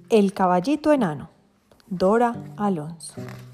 El caballito enano, Dora Alonso.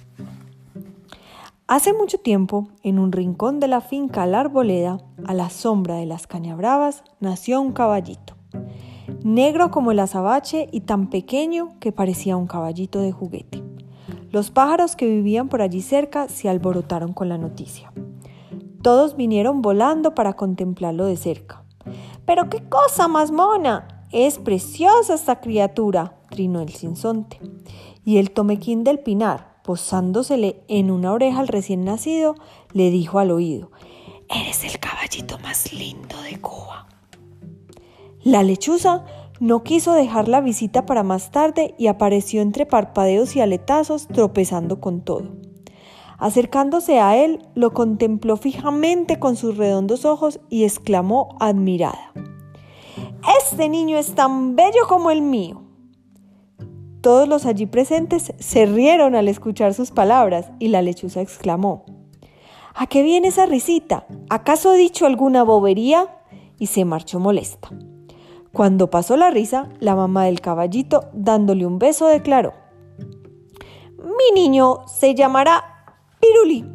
Hace mucho tiempo, en un rincón de la finca La Arboleda, a la sombra de las cañabravas, nació un caballito, negro como el azabache y tan pequeño que parecía un caballito de juguete. Los pájaros que vivían por allí cerca se alborotaron con la noticia. Todos vinieron volando para contemplarlo de cerca. ¡Pero qué cosa más mona! ¡Es preciosa esta criatura!, trinó el sinsonte. Y el tomequín del pinar, posándosele en una oreja al recién nacido, le dijo al oído: «Eres el caballito más lindo de Cuba». La lechuza no quiso dejar la visita para más tarde y apareció entre parpadeos y aletazos, tropezando con todo. Acercándose a él, lo contempló fijamente con sus redondos ojos y exclamó admirada: «Este niño es tan bello como el mío». Todos los allí presentes se rieron al escuchar sus palabras y la lechuza exclamó: «¿A qué viene esa risita? ¿Acaso he dicho alguna bobería?», y se marchó molesta. Cuando pasó la risa, la mamá del caballito, dándole un beso, declaró: «Mi niño se llamará Pirulí».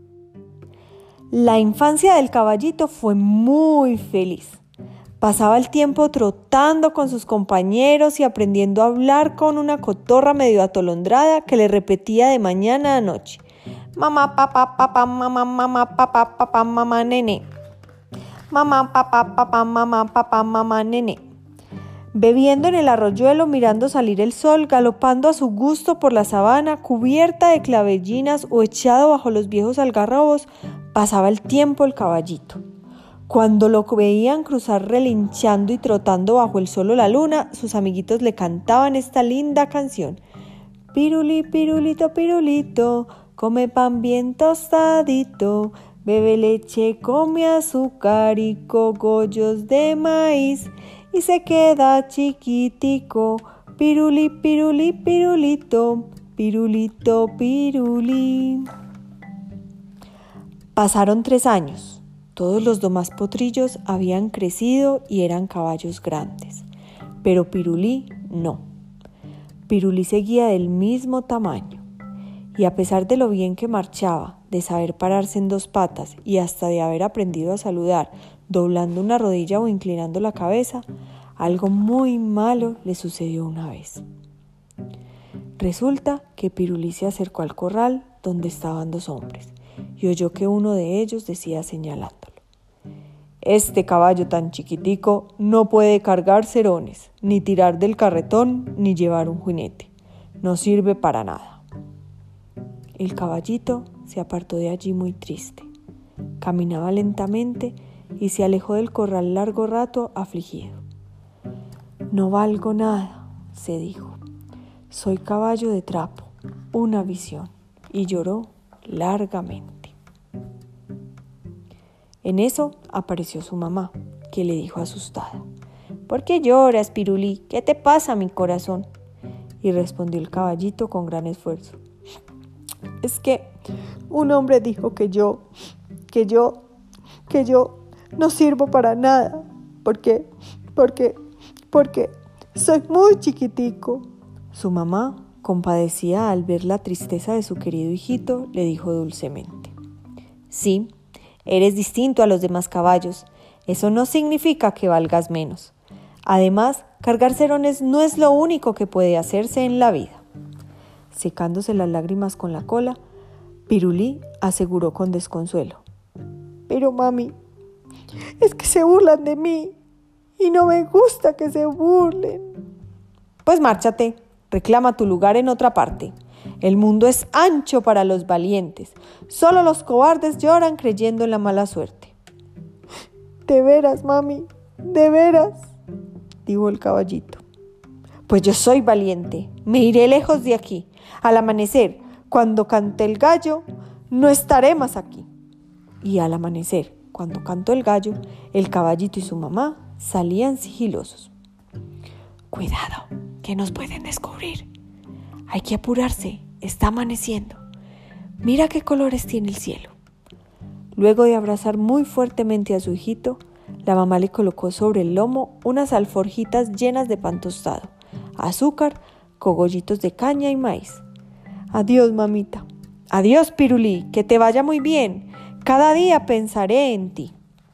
La infancia del caballito fue muy feliz. Pasaba el tiempo trotando con sus compañeros y aprendiendo a hablar con una cotorra medio atolondrada que le repetía de mañana a noche: «Mamá, papá, papá, mamá, mamá, papá, papá, mamá, nene. Mamá, papá, papá, mamá, papá, mamá, nene». Bebiendo en el arroyuelo, mirando salir el sol, galopando a su gusto por la sabana, cubierta de clavellinas o echado bajo los viejos algarrobos, pasaba el tiempo el caballito. Cuando lo veían cruzar relinchando y trotando bajo el sol o la luna, sus amiguitos le cantaban esta linda canción: «Pirulí, pirulito, pirulito, come pan bien tostadito, bebe leche, come azúcar y cogollos de maíz, y se queda chiquitico, pirulí, pirulí, pirulito, pirulito, pirulí». Pasaron 3 años. Todos los demás potrillos habían crecido y eran caballos grandes, pero Pirulí no. Pirulí seguía del mismo tamaño, y a pesar de lo bien que marchaba, de saber pararse en 2 patas y hasta de haber aprendido a saludar doblando una rodilla o inclinando la cabeza, algo muy malo le sucedió una vez. Resulta que Pirulí se acercó al corral donde estaban 2 hombres y oyó que uno de ellos decía señalándolo: «Este caballo tan chiquitico no puede cargar cerones, ni tirar del carretón, ni llevar un jinete. No sirve para nada». El caballito se apartó de allí muy triste. Caminaba lentamente y se alejó del corral largo rato afligido. «No valgo nada», se dijo. «Soy caballo de trapo, una visión», y lloró largamente. En eso apareció su mamá, que le dijo asustada: «¿Por qué lloras, Pirulí? ¿Qué te pasa, mi corazón?». Y respondió el caballito con gran esfuerzo: «Es que un hombre dijo que yo no sirvo para nada, porque soy muy chiquitico». Su mamá, compadecida al ver la tristeza de su querido hijito, le dijo dulcemente: «Sí, eres distinto a los demás caballos. Eso no significa que valgas menos. Además, cargar cerones no es lo único que puede hacerse en la vida». Secándose las lágrimas con la cola, Pirulí aseguró con desconsuelo: «Pero mami, es que se burlan de mí y no me gusta que se burlen». «Pues márchate, reclama tu lugar en otra parte. El mundo es ancho para los valientes. Solo los cobardes lloran creyendo en la mala suerte». «¿De veras, mami? ¿De veras?», dijo el caballito. «Pues yo soy valiente. Me iré lejos de aquí. Al amanecer, cuando cante el gallo, no estaré más aquí». Y al amanecer, cuando cantó el gallo, el caballito y su mamá salían sigilosos. «Cuidado, que nos pueden descubrir. Hay que apurarse, está amaneciendo. Mira qué colores tiene el cielo». Luego de abrazar muy fuertemente a su hijito, la mamá le colocó sobre el lomo unas alforjitas llenas de pan tostado, azúcar, cogollitos de caña y maíz. Adiós, mamita. Adiós, Pirulí, que te vaya muy bien. Cada día pensaré en ti.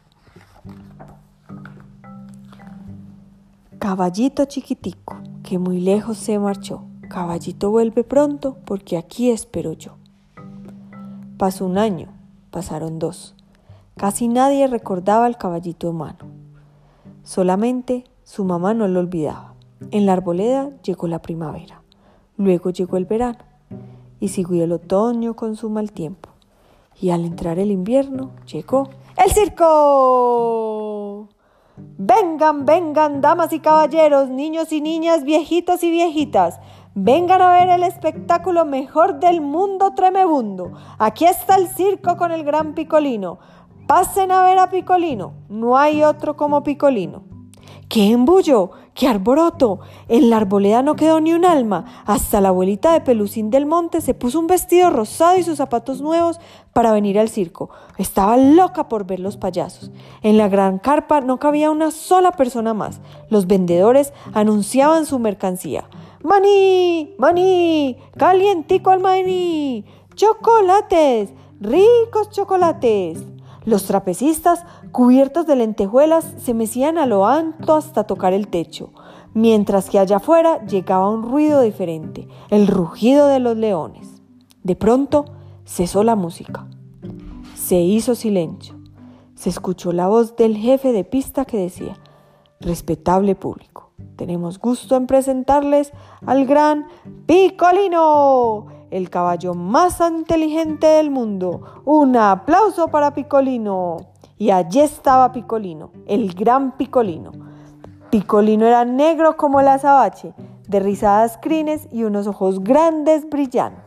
Caballito chiquitico, que muy lejos se marchó. Caballito vuelve pronto, porque aquí espero yo. Pasó un año, pasaron 2. Casi nadie recordaba al caballito humano. Solamente su mamá no lo olvidaba. En la arboleda llegó la primavera. Luego llegó el verano. Y siguió el otoño con su mal tiempo. Y al entrar el invierno, llegó ¡el circo! Vengan, vengan, damas y caballeros, niños y niñas, viejitos y viejitas. Vengan a ver el espectáculo mejor del mundo tremebundo. Aquí está el circo con el gran Picolino. Pasen a ver a Picolino. No hay otro como Picolino. ¡Qué embullo! ¡Qué alboroto! En la arboleda no quedó ni un alma. Hasta la abuelita de Pelusín del Monte se puso un vestido rosado y sus zapatos nuevos para venir al circo. Estaba loca por ver los payasos. En la gran carpa no cabía una sola persona más. Los vendedores anunciaban su mercancía. ¡Maní! ¡Maní! ¡Calientico el maní! ¡Chocolates! ¡Ricos chocolates! Los trapecistas, cubiertos de lentejuelas, se mecían a lo alto hasta tocar el techo, mientras que allá afuera llegaba un ruido diferente, el rugido de los leones. De pronto cesó la música. Se hizo silencio. Se escuchó la voz del jefe de pista que decía: «Respetable público, tenemos gusto en presentarles al gran Picolino, el caballo más inteligente del mundo. Un aplauso para Picolino». Y allí estaba Picolino, el gran Picolino. Picolino era negro como el azabache, de rizadas crines y unos ojos grandes brillantes.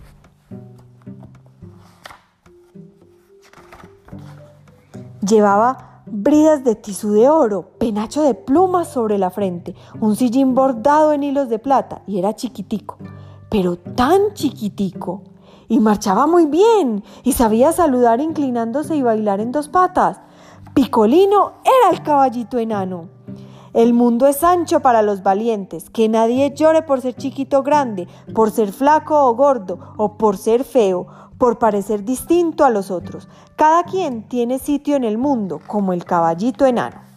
Llevaba bridas de tisú de oro, penacho de plumas sobre la frente, un sillín bordado en hilos de plata, y era chiquitico, pero tan chiquitico, y marchaba muy bien, y sabía saludar inclinándose y bailar en 2 patas. Picolino era el caballito enano. El mundo es ancho para los valientes, que nadie llore por ser chiquito o grande, por ser flaco o gordo, o por ser feo, por parecer distinto a los otros. Cada quien tiene sitio en el mundo, como el caballito enano.